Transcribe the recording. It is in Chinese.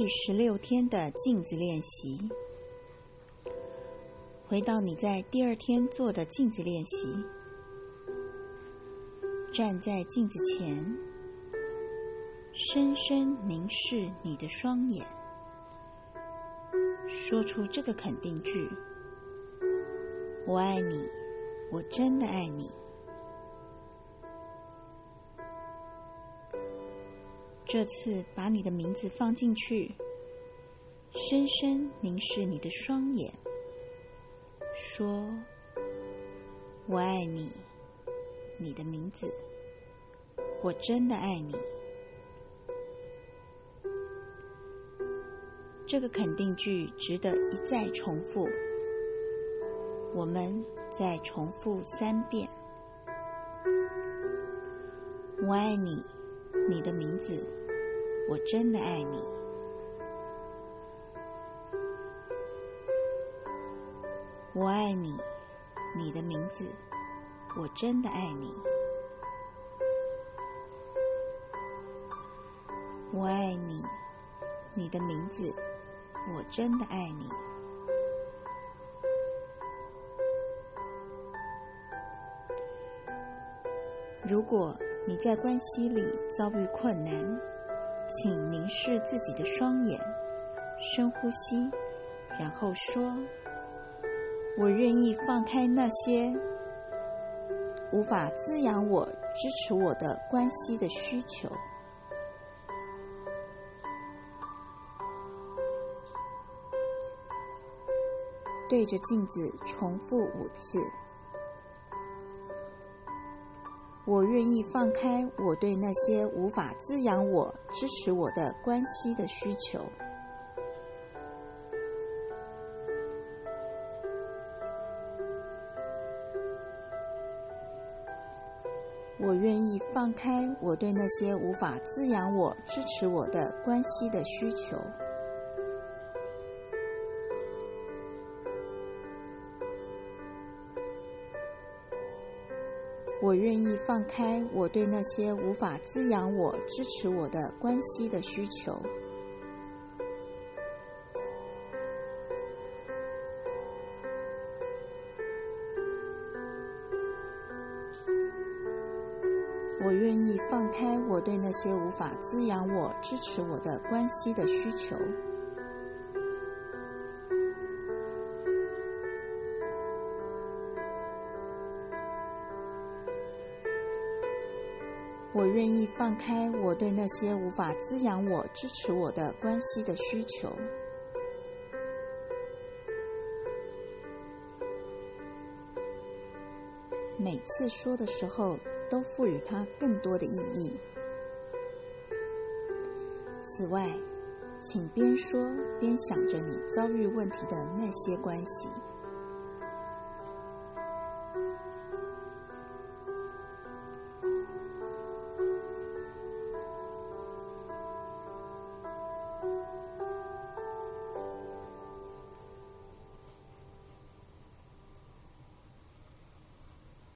16天的镜子练习，回到你在第2天做的镜子练习，站在镜子前，深深凝视你的双眼，说出这个肯定句：我爱你，我真的爱你。这次把你的名字放进去，深深凝视你的双眼，说：我爱你，你的名字，我真的爱你。这个肯定句值得一再重复，我们再重复3遍。我爱你，你的名字，我真的爱你。我爱你，你的名字，我真的爱你。我爱你，你的名字，我真的爱你。如果你在关系里遭遇困难，请凝视自己的双眼，深呼吸，然后说：我愿意放开那些无法滋养我、支持我的关系的需求。对着镜子重复5次。我愿意放开我对那些无法滋养我、支持我的关系的需求。我愿意放开我对那些无法滋养我、支持我的关系的需求。我愿意放开我对那些无法滋养我、支持我的关系的需求。我愿意放开我对那些无法滋养我、支持我的关系的需求。我愿意放开我对那些无法滋养我、支持我的关系的需求。每次说的时候，都赋予它更多的意义。此外，请边说边想着你遭遇问题的那些关系，